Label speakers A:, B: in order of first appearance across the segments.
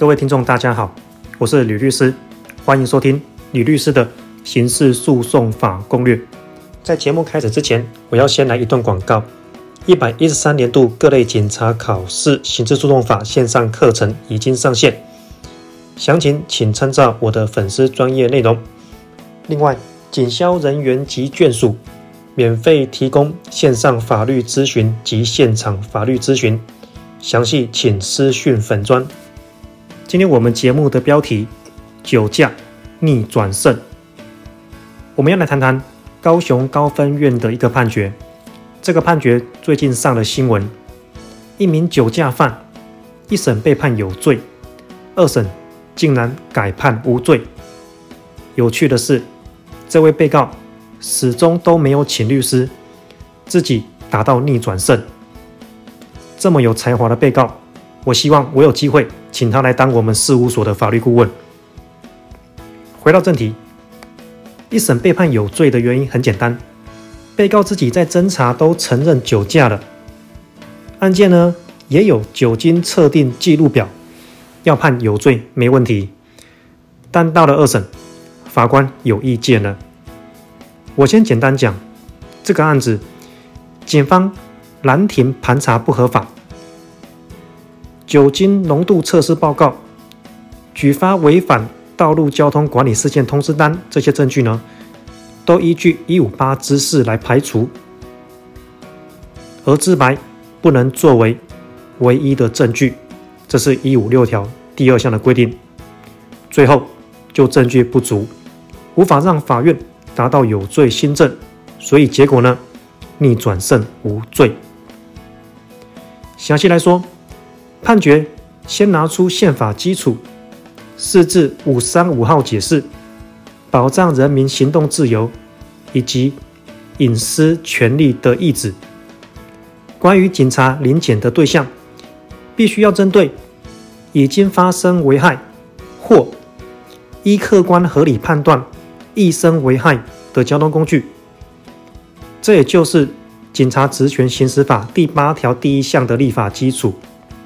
A: 各位听众大家好，我是吕律师，欢迎收听吕律师的刑事诉讼法攻略。在节目开始之前，我要先来一段广告。113年度各类警察考试刑事诉讼法线上课程已经上线，详情请参照我的粉丝专页内容。另外，警消人员及眷属免费提供线上法律咨询及现场法律咨询，详细请私讯粉专。今天我们节目的标题：酒驾逆转胜。我们要来谈谈高雄高分院的一个判决。这个判决最近上了新闻，一名酒驾犯，一审被判有罪，二审竟然改判无罪。有趣的是，这位被告始终都没有请律师，自己达到逆转胜。这么有才华的被告，我希望我有机会请他来当我们事务所的法律顾问。回到正题，一审被判有罪的原因很简单，被告自己在侦查都承认酒驾了，案件呢也有酒精测定记录表，要判有罪没问题。但到了二审，法官有意见了。我先简单讲这个案子，警方拦停盘查不合法，酒精浓度测试报告，举发违反道路交通管理事件通知单，这些证据呢都依据158之4来排除，而自白不能作为唯一的证据，这是156条第2项的规定。最后就证据不足，无法让法院达到有罪心证，所以结果呢逆转胜无罪。详细来说，判决先拿出宪法基础4至535号解释，保障人民行动自由以及隐私权利的意旨。关于警察临检的对象，必须要针对已经发生危害或依客观合理判断易生危害的交通工具。这也就是警察职权行使法第8条第1项的立法基础。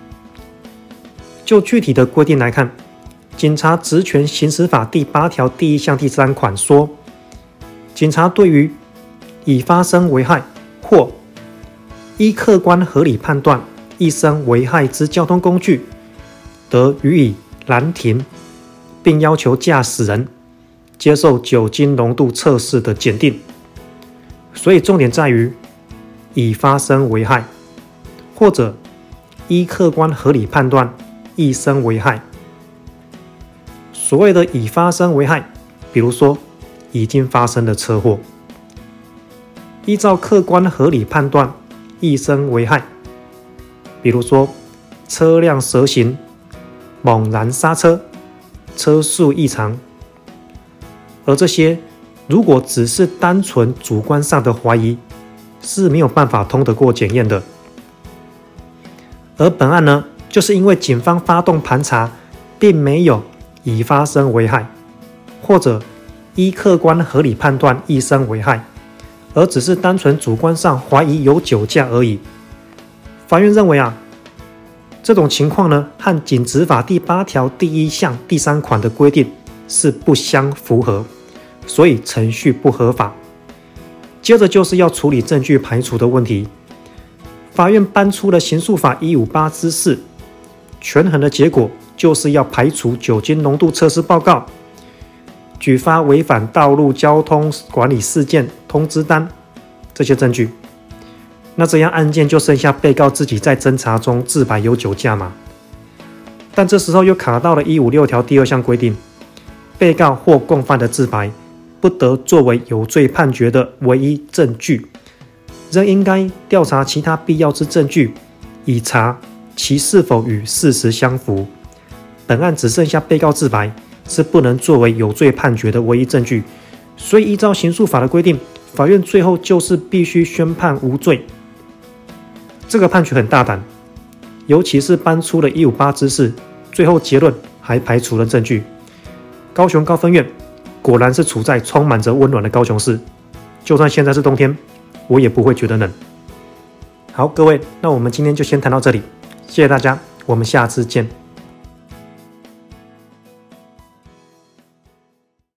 A: 就具体的规定来看，警察职权行使法第8条第1项第3款说，警察对于已发生危害或依客观合理判断易生危害之交通工具，得予以拦停，并要求驾驶人接受酒精浓度测试的检定。所以重点在于已发生危害或者依客观合理判断易生危害。所谓的已发生危害，比如说已经发生的车祸，依照客观合理判断易生危害，比如说车辆蛇行、猛然刹车、车速异常。而这些如果只是单纯主观上的怀疑，是没有办法通得过检验的。而本案呢，就是因为警方发动盘查，并没有已发生危害或者依客观合理判断易生危害，而只是单纯主观上怀疑有酒驾而已。法院认为这种情况呢，和警职法第8条第1项第3款的规定是不相符合，所以程序不合法。接着就是要处理证据排除的问题。法院搬出了刑诉法158之4，权衡的结果就是要排除酒精浓度测试报告，举发违反道路交通管理事件通知单这些证据。那这样案件就剩下被告自己在侦查中自白有酒驾嘛？但这时候又卡到了156条第2项规定，被告或共犯的自白不得作为有罪判决的唯一证据，仍应该调查其他必要之证据，以查其是否与事实相符。本案只剩下被告自白是不能作为有罪判决的唯一证据，所以依照刑诉法的规定，法院最后就是必须宣判无罪。这个判决很大胆，尤其是搬出了158之4，最后结论还排除了证据。高雄高分院果然是处在充满着温暖的高雄市，就算现在是冬天，我也不会觉得冷。好，各位，那我们今天就先谈到这里，谢谢大家，我们下次见。